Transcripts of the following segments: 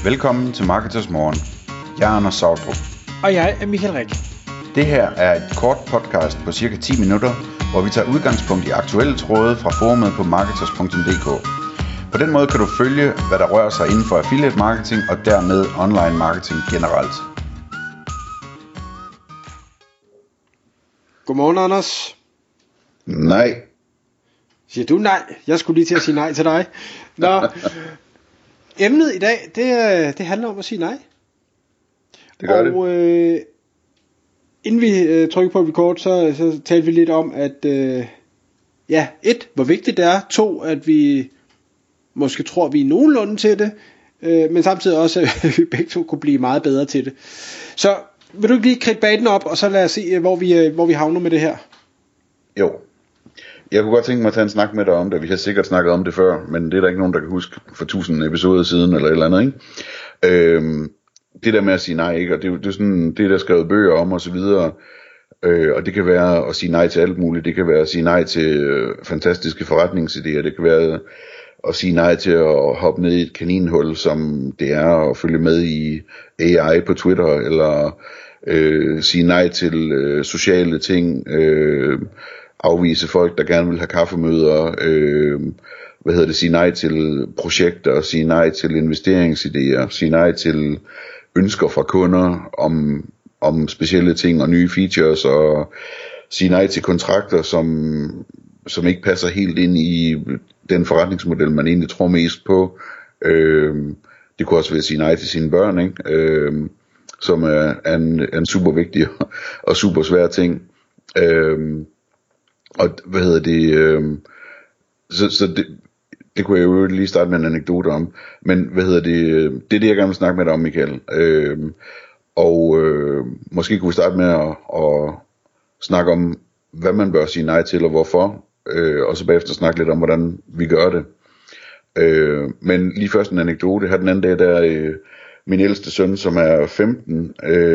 Velkommen til Marketers Morgen. Jeg er Anders Sautrup. Og jeg er Michael Rik. Det her er et kort podcast på cirka 10 minutter, hvor vi tager udgangspunkt i aktuelle tråde fra forumet på marketers.dk. På den måde kan du følge, hvad der rører sig inden for affiliate marketing og dermed online marketing generelt. Godmorgen, Anders. Nej. Siger du nej? Jeg skulle lige til at sige nej til dig. Nå. Emnet i dag, det handler om at sige nej. Det gør det. Og inden vi trykker på record, så talte vi lidt om, at hvor vigtigt det er. 2, at vi måske tror, vi er nogenlunde til det. Men samtidig også, at vi begge to kunne blive meget bedre til det. Så vil du ikke lige kridte banen op, og så lad os se, hvor vi havner med det her. Jo. Jeg kunne godt tænke mig at tage en snak med dig om det. Vi har sikkert snakket om det før, men det er der ikke nogen, der kan huske for 1000 episoder siden, eller et eller andet, ikke? Det der med at sige nej, ikke? Og det er sådan, det der er skrevet bøger om, og så videre. Og det kan være at sige nej til alt muligt. Det kan være at sige nej til fantastiske forretningsidéer. Det kan være at sige nej til at hoppe ned i et kaninhul, som det er at følge med i AI på Twitter, eller sige nej til sociale ting, afvise folk, der gerne vil have kaffemøder, sige nej til projekter, sige nej til investeringsidéer, sige nej til ønsker fra kunder om specielle ting og nye features, og sige nej til kontrakter, som ikke passer helt ind i den forretningsmodel, man egentlig tror mest på. Det kunne også være at sige nej til sine børn, ikke? Som er en super vigtig og super svær ting. Og så det kunne jeg jo lige starte med en anekdote om. Men det er det jeg gerne vil snakke med dig om, Michael. Måske kunne vi starte med at snakke om, hvad man bør sige nej til og hvorfor. Og så bagefter snakke lidt om, hvordan vi gør det. Men lige først en anekdote. Her den anden dag, der min ældste søn, som er 15,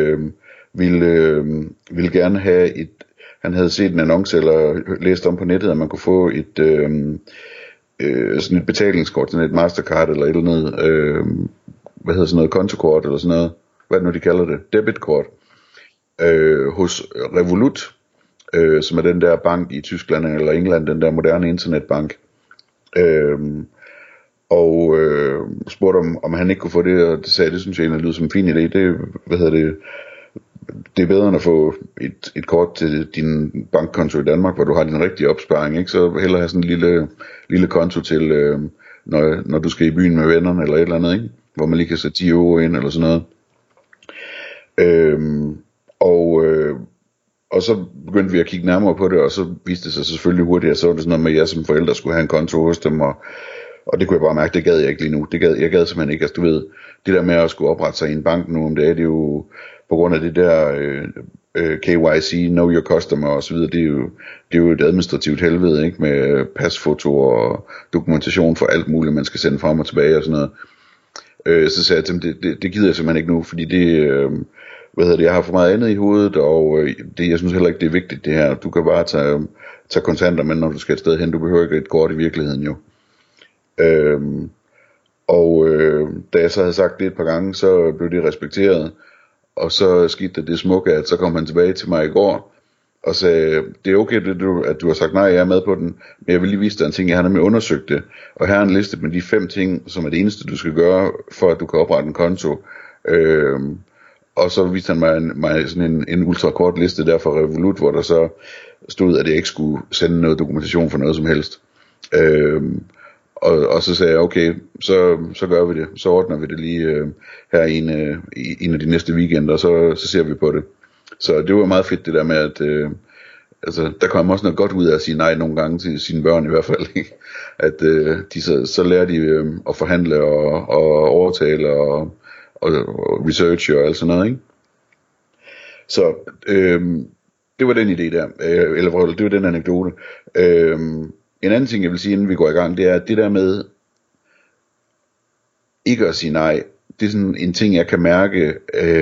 ville gerne have han havde set en annonce eller læst om på nettet, at man kunne få sådan et betalingskort, sådan et Mastercard eller et eller andet, sådan noget, kontokort eller sådan noget, hvad nu de kalder det, debitkort, hos Revolut, som er den der bank i Tyskland eller England, den der moderne internetbank, spurgte om han ikke kunne få det, og det sagde, det synes jeg egentlig lyder som en fin idé. Det er bedre end at få et kort til din bankkonto i Danmark, hvor du har din rigtige opsparing, ikke? Så hellere have sådan en lille konto til, når du skal i byen med vennerne eller et eller andet, ikke? Hvor man lige kan sætte 10 euro ind eller sådan noget. Og så begyndte vi at kigge nærmere på det, og så viste det sig selvfølgelig hurtigt, at så var det sådan noget med, at jeg som forældre skulle have en konto hos dem, og det kunne jeg bare mærke, det gad jeg ikke lige nu. Jeg gad simpelthen ikke, du ved, det der med at skulle oprette sig i en bank nu om dagen, det er jo på grund af det der KYC, Know Your Customer og så videre, det er jo et administrativt helvede, ikke, med pasfoto og dokumentation for alt muligt, man skal sende frem og tilbage og sådan noget. Så sagde jeg til dem, det gider jeg simpelthen ikke nu, fordi jeg har for meget andet i hovedet, og jeg synes heller ikke, det er vigtigt det her. Du kan bare tage kontanter med, når du skal et sted hen. Du behøver ikke et kort i virkeligheden jo. Da jeg så havde sagt det et par gange, så blev det respekteret. Og så skete det smukke, at så kom han tilbage til mig i går og sagde, det er okay, at du har sagt nej, jeg er med på den, men jeg vil lige vise dig en ting, jeg har nemlig undersøgt det. Og her er en liste med de 5 ting, som er det eneste, du skal gøre, for at du kan oprette en konto. Og så viste han mig sådan en ultrakort liste der fra Revolut, hvor der så stod, at jeg ikke skulle sende noget dokumentation for noget som helst. Og så sagde jeg, okay, så gør vi det. Så ordner vi det lige her i en af de næste weekender, og så ser vi på det. Så det var meget fedt det der med, at der kommer også noget godt ud af at sige nej nogle gange til sine børn i hvert fald. Ikke? At så lærer de at forhandle og overtale og research og alt sådan noget, ikke? Så det var den idé der, det var den anekdote. En anden ting jeg vil sige inden vi går i gang, det er at det der med ikke at sige nej, det er sådan en ting jeg kan mærke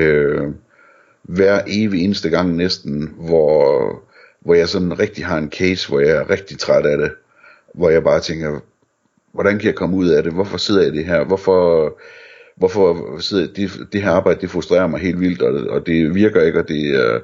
hver evig eneste gang næsten, hvor jeg sådan rigtig har en case, hvor jeg er rigtig træt af det, hvor jeg bare tænker, hvordan kan jeg komme ud af det, hvorfor sidder jeg i det her, hvorfor sidder det her arbejde, det frustrerer mig helt vildt, og det virker ikke, og det er,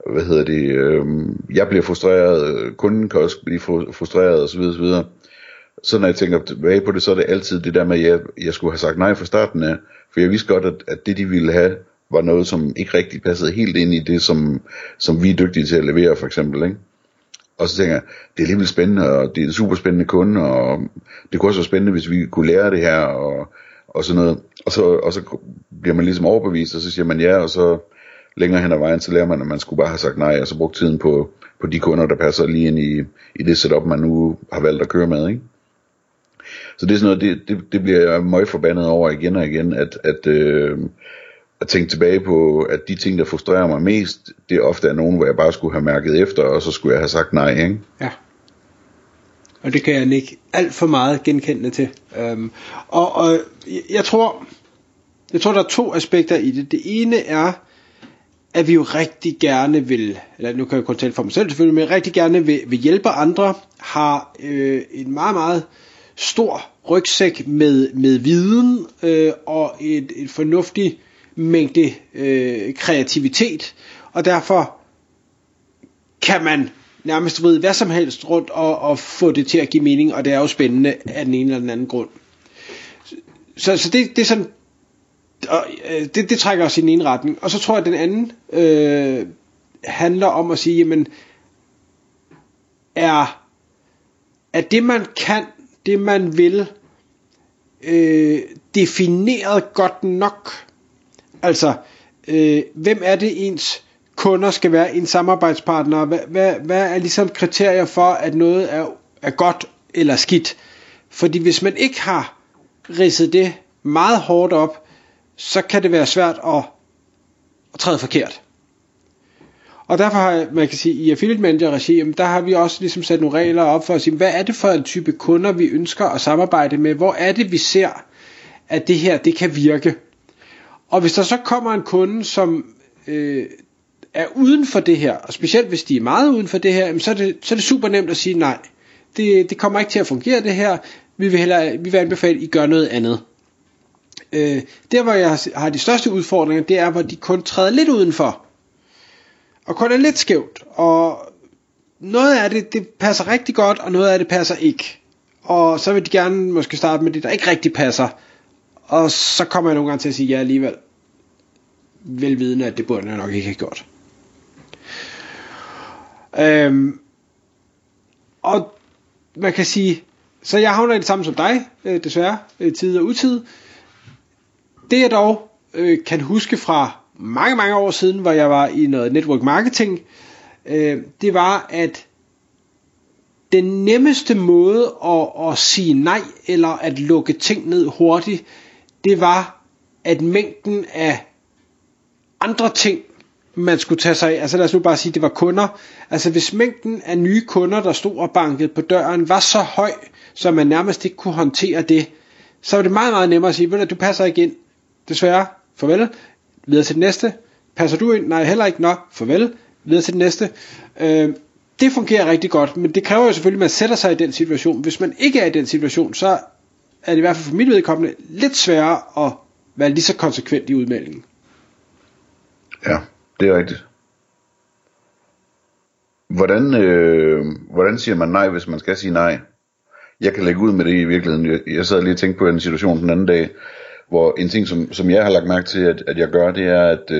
jeg bliver frustreret, kunden kan også blive frustreret, osv. osv. Så når jeg tænker tilbage på det, så er det altid det der med, at jeg skulle have sagt nej fra starten af, for jeg vidste godt, at det de ville have, var noget, som ikke rigtig passede helt ind i det, som vi er dygtige til at levere, for eksempel, ikke? Og så tænker jeg, det er alligevel spændende, og det er en super spændende kunde, og det kunne også være spændende, hvis vi kunne lære det her, og sådan noget. Og så bliver man ligesom overbevist, og så siger man ja, og så længere hen ad vejen, så lærer man, at man skulle bare have sagt nej, og så brugt tiden på de kunder, der passer lige ind i det setup, man nu har valgt at køre med, ikke? Så det er sådan noget, det bliver jeg meget forbandet over igen og igen, at tænke tilbage på, at de ting, der frustrerer mig mest, det ofte er nogen, hvor jeg bare skulle have mærket efter, og så skulle jeg have sagt nej, ikke? Ja. Og det kan jeg ikke alt for meget genkendende til. Og jeg tror, der er 2 aspekter i det. Det ene er, at vi jo rigtig gerne vil, eller nu kan jeg kun tale for mig selv selvfølgelig, men rigtig gerne vil hjælpe andre, har en meget, meget stor rygsæk med viden og et fornuftigt mængde kreativitet, og derfor kan man nærmest vride hvad som helst rundt og få det til at give mening, og det er jo spændende af den ene eller den anden grund. Så det er sådan, og det trækker os i den ene retning. Og så tror jeg, at den anden handler om at sige, jamen, er det man kan, det man vil, defineret godt nok? Altså, hvem er det ens kunder skal være en samarbejdspartner? Hvad er ligesom kriterier for, at noget er godt eller skidt? Fordi hvis man ikke har ridset det meget hårdt op, så kan det være svært at træde forkert. Og derfor har man kan sige, i Affiliate Manager regi, der har vi også ligesom sat nogle regler op for at sige, hvad er det for en type kunder, vi ønsker at samarbejde med? Hvor er det, vi ser, at det her, det kan virke? Og hvis der så kommer en kunde, som er uden for det her, og specielt hvis de er meget uden for det her, så er det super nemt at sige nej. Det kommer ikke til at fungere det her. Vi vil anbefale, at I gør noget andet. Der hvor jeg har de største udfordringer, det er hvor de kun træder lidt udenfor, og kun er lidt skævt, og noget af det passer rigtig godt, og noget af det passer ikke, og så vil de gerne måske starte med det der ikke rigtig passer, og så kommer jeg nogle gange til at sige ja alligevel, velvidende at det burde jeg nok ikke have gjort. Og man kan sige, så jeg havner i det samme som dig, desværre, tid og utid. Det jeg dog kan huske fra mange, mange år siden, hvor jeg var i noget network marketing, det var, at den nemmeste måde at sige nej, eller at lukke ting ned hurtigt, det var, at mængden af andre ting, man skulle tage sig af, altså lad os nu bare sige, det var kunder, altså hvis mængden af nye kunder, der stod og bankede på døren, var så høj, så man nærmest ikke kunne håndtere det, så var det meget, meget nemmere at sige, ved du, du passer ikke ind, desværre, farvel, videre til det næste, passer du ind? Nej, heller ikke, farvel, videre til det næste. Det fungerer rigtig godt, men det kræver jo selvfølgelig, at man sætter sig i den situation. Hvis man ikke er i den situation, så er det i hvert fald for mit vedkommende lidt sværere at være lige så konsekvent i udmeldingen. Ja, det er rigtigt. Hvordan siger man nej, hvis man skal sige nej? Jeg kan lægge ud med det i virkeligheden. Jeg sad lige og tænkte på en situation den anden dag, hvor en ting, som jeg har lagt mærke til, at jeg gør, det er, at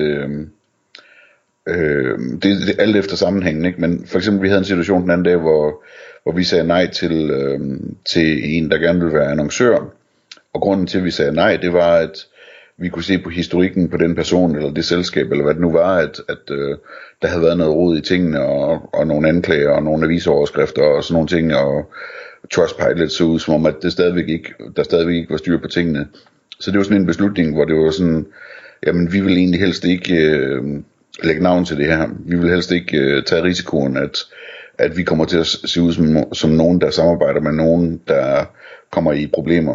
det er alt efter sammenhængen, ikke? Men for eksempel, vi havde en situation den anden dag, hvor vi sagde nej til en, der gerne ville være annoncør. Og grunden til, at vi sagde nej, det var, at vi kunne se på historikken på den person, eller det selskab, eller hvad det nu var, at der havde været noget rod i tingene, og nogle anklager, og nogle avisoverskrifter, og sådan nogle ting, og Trustpilot så ud, som om, at der stadigvæk ikke var styr på tingene. Så det var sådan en beslutning, hvor det var sådan, jamen vi vil egentlig helst ikke lægge navn til det her. Vi vil helst ikke tage risikoen, at vi kommer til at se ud som nogen, der samarbejder med nogen, der kommer i problemer.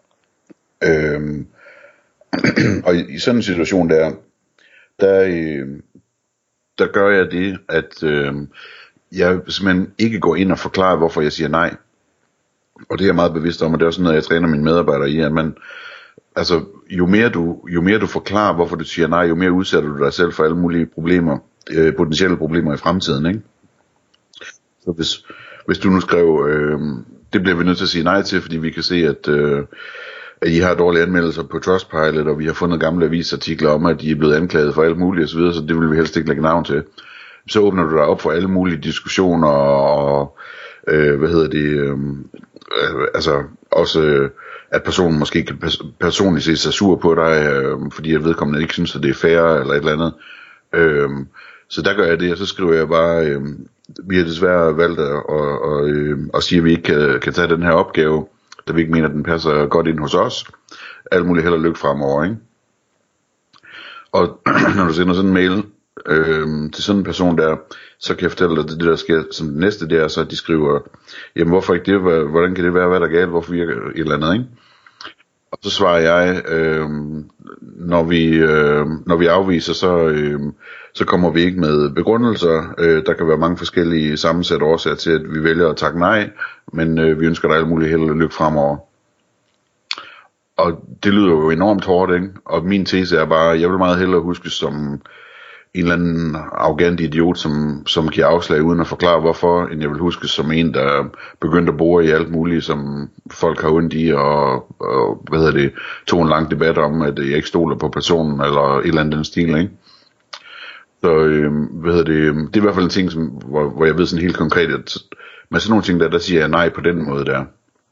Og i sådan en situation der gør jeg det, at jeg simpelthen ikke går ind og forklarer, hvorfor jeg siger nej. Og det er jeg meget bevidst om, og det er også sådan noget, jeg træner mine medarbejdere i, at man, altså jo mere du forklarer, hvorfor du siger nej, jo mere udsætter du dig selv for alle mulige problemer, potentielle problemer i fremtiden, ikke? Så hvis du nu skrev, det bliver vi nødt til at sige nej til, fordi vi kan se, at I har dårlige anmeldelser på Trustpilot, og vi har fundet gamle avisartikler om, at I er blevet anklaget for alt muligt osv., så det vil vi helst ikke lægge navn til. Så åbner du dig op for alle mulige diskussioner, og altså også at personen måske kan personligt se sig sur på dig, fordi at vedkommende ikke synes, at det er fair, eller et eller andet. Så der gør jeg det, og så skriver jeg bare, vi har desværre valgt at sige, at vi ikke kan tage den her opgave, da vi ikke mener, at den passer godt ind hos os. Alt muligt held og lykke fremover, ikke? Og når du sender sådan en mail til sådan en person der, så kan jeg fortælle dig, at det der sker som det næste, det er så, at de skriver, jamen hvorfor ikke det, hvordan kan det være, hvad der er galt, hvorfor virker et eller andet, ikke? Og så svarer jeg, når vi afviser, så kommer vi ikke med begrundelser. Der kan være mange forskellige sammensatte årsager til, at vi vælger at takke nej, men vi ønsker dig alt muligt held og lykke fremover. Og det lyder jo enormt hårdt, ikke? Og min tese er bare, jeg vil meget hellere huske som en eller anden arrogant idiot, som giver afslag uden at forklare hvorfor, end jeg vil huske som en, der begyndte at bore i alt muligt, som folk har ondt i, og tog en lang debat om, at jeg ikke stoler på personen, eller et eller andet den stil, ikke? Så det er i hvert fald en ting, hvor jeg ved sådan helt konkret, at med sådan nogle ting der siger jeg nej på den måde der.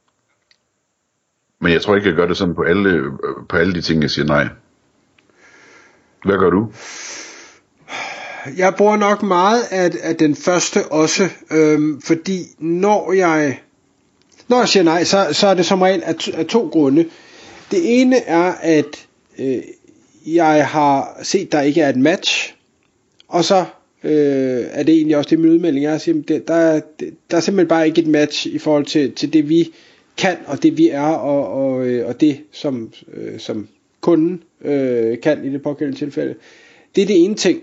Men jeg tror ikke, jeg gør det sådan på alle de ting, jeg siger nej. Hvad gør du? Jeg bruger nok meget af den første også, fordi når jeg siger nej, så er det som regel af to grunde. Det ene er, at jeg har set, at der ikke er et match, og så er det egentlig også det min udmelding er, at sige, der er simpelthen bare ikke et match i forhold til det vi kan, og det vi er, og det som kunden kan i det pågældende tilfælde. Det er det ene ting.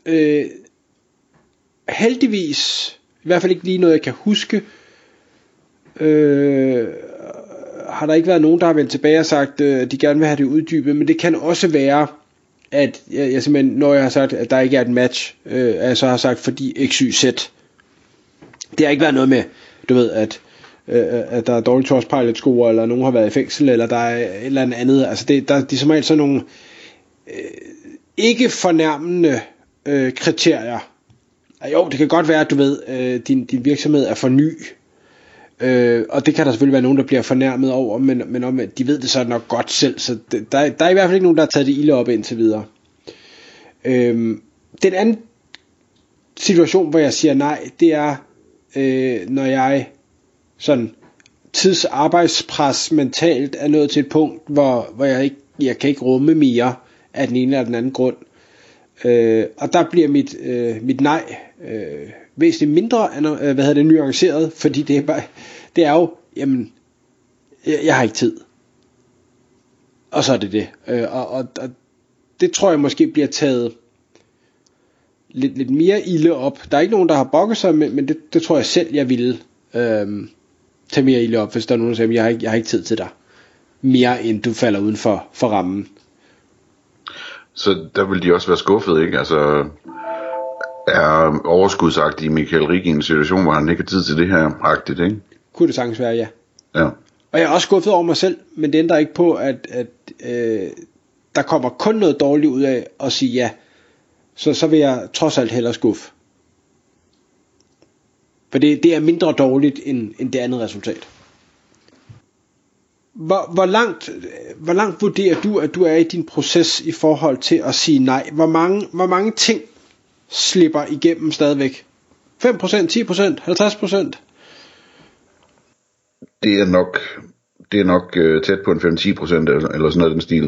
Heldigvis, i hvert fald ikke lige noget jeg kan huske, har der ikke været nogen der har vendt tilbage og sagt de gerne vil have det uddybet, men det kan også være at jeg simpelthen, når jeg har sagt at der ikke er et match, jeg så har sagt fordi x, y, z. Det har ikke været noget med, du ved, at der er dårlige Trustpilot score, eller nogen har været i fængsel, eller der er et eller andet. Altså de er som regel sådan nogle ikke fornærmende kriterier. Jo, det kan godt være, at du ved, din virksomhed er for ny, og det kan der selvfølgelig være nogen, der bliver fornærmet over, men om de ved det så nok godt selv, så der er i hvert fald ikke nogen, der har taget det ilde op indtil videre. Den anden situation, hvor jeg siger nej, det er, når jeg sådan tidsarbejdspres mentalt er nået til et punkt, hvor jeg kan ikke rumme mere af den ene eller den anden grund. Og der bliver mit nej væsentligt mindre nuanceret, fordi det er jo, jamen, jeg har ikke tid. Og så er det. Og det tror jeg måske bliver taget lidt mere ilde op. Der er ikke nogen, der har bokket sig, men det tror jeg selv, jeg ville tage mere ilde op, hvis der er nogen, der siger, jeg har ikke tid til dig. Mere end du falder uden for rammen. Så der vil de også være skuffet, ikke? Altså, er overskudsagtig Michael Rig i en situation, hvor han ikke har tid til det her agtigt, ikke? Kunne det sagtens være, ja. Ja. Og jeg er også skuffet over mig selv, men det ændrer ikke på, at der kommer kun noget dårligt ud af at sige ja. Så vil jeg trods alt hellere skuffe. For det er mindre dårligt end det andet resultat. Hvor langt vurderer du, at du er i din proces i forhold til at sige nej? Hvor mange ting slipper igennem stadigvæk? 5%, 10%, 50%? Det er nok tæt på en 5-10% eller sådan noget den stil.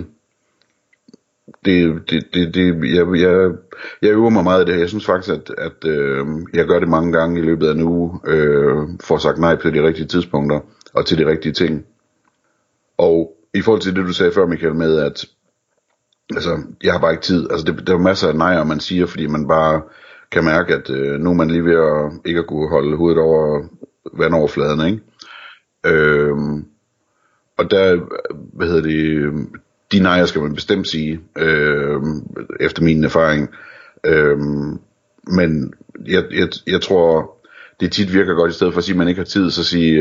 Jeg øver mig meget i det her. Jeg synes faktisk, at jeg gør det mange gange i løbet af en uge, får sagt nej på de rigtige tidspunkter og til de rigtige ting. Og i forhold til det, du sagde før, Michael, med at altså, jeg har bare ikke tid. Altså, der er masser af nejer, man siger, fordi man bare kan mærke, at nu er man lige ved at ikke at kunne holde hovedet over vandoverfladen, ikke? Og der, de nejer skal man bestemt sige, efter min erfaring. Men jeg tror, det tit virker godt, i stedet for at sige, at man ikke har tid, så sige,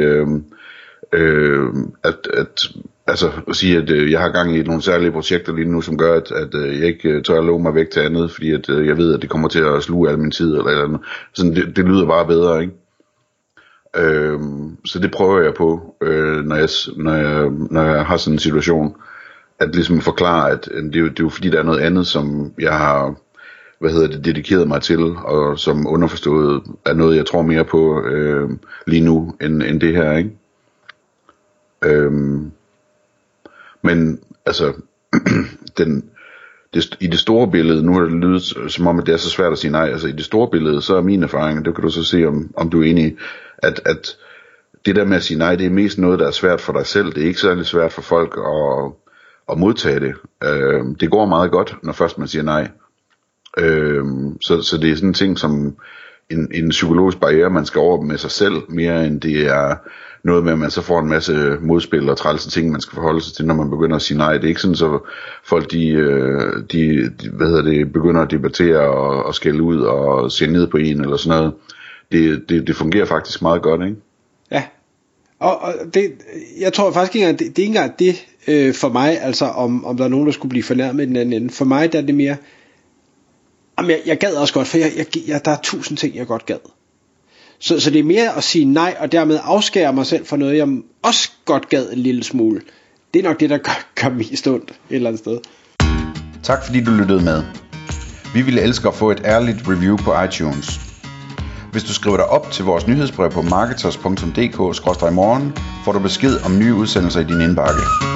at sige, at jeg har gang i nogle særlige projekter lige nu, som gør, at jeg ikke tør at love mig væk til andet, fordi at jeg ved, at det kommer til at sluge al min tid, eller andet. Sådan, det lyder bare bedre, ikke? Så det prøver jeg på, når jeg har sådan en situation, at ligesom forklare, at det er jo fordi, der er noget andet, som jeg har, dedikeret mig til, og som underforstået er noget, jeg tror mere på lige nu, end det her, ikke? Men altså, i det store billede, nu har det lydet som om, at det er så svært at sige nej, altså i det store billede, så er min erfaring, det kan du så se, om du er enig, at det der med at sige nej, det er mest noget, der er svært for dig selv, det er ikke særlig svært for folk at modtage det. Det går meget godt, når først man siger nej. Så det er sådan en ting som en psykologisk barriere, man skal over med sig selv, mere end det er noget med, at man så får en masse modspil og trælse ting, man skal forholde sig til, når man begynder at sige nej. Det er ikke sådan, så folk de begynder at debattere og skælde ud og se ned på en eller sådan noget. Det fungerer faktisk meget godt, ikke? Ja. Og det, jeg tror faktisk ikke engang, det er ikke engang det for mig, altså om der er nogen, der skulle blive fornærmet med den anden ende. For mig der er det mere, jeg gad også godt, for der er 1000 ting, jeg godt gad. Så det er mere at sige nej, og dermed afskære mig selv fra noget, jeg også godt gad en lille smule. Det er nok det, der gør mest ondt et eller andet sted. Tak fordi du lyttede med. Vi ville elske at få et ærligt review på iTunes. Hvis du skriver dig op til vores nyhedsbrev på marketers.dk/morgen, får du besked om nye udsendelser i din indbakke.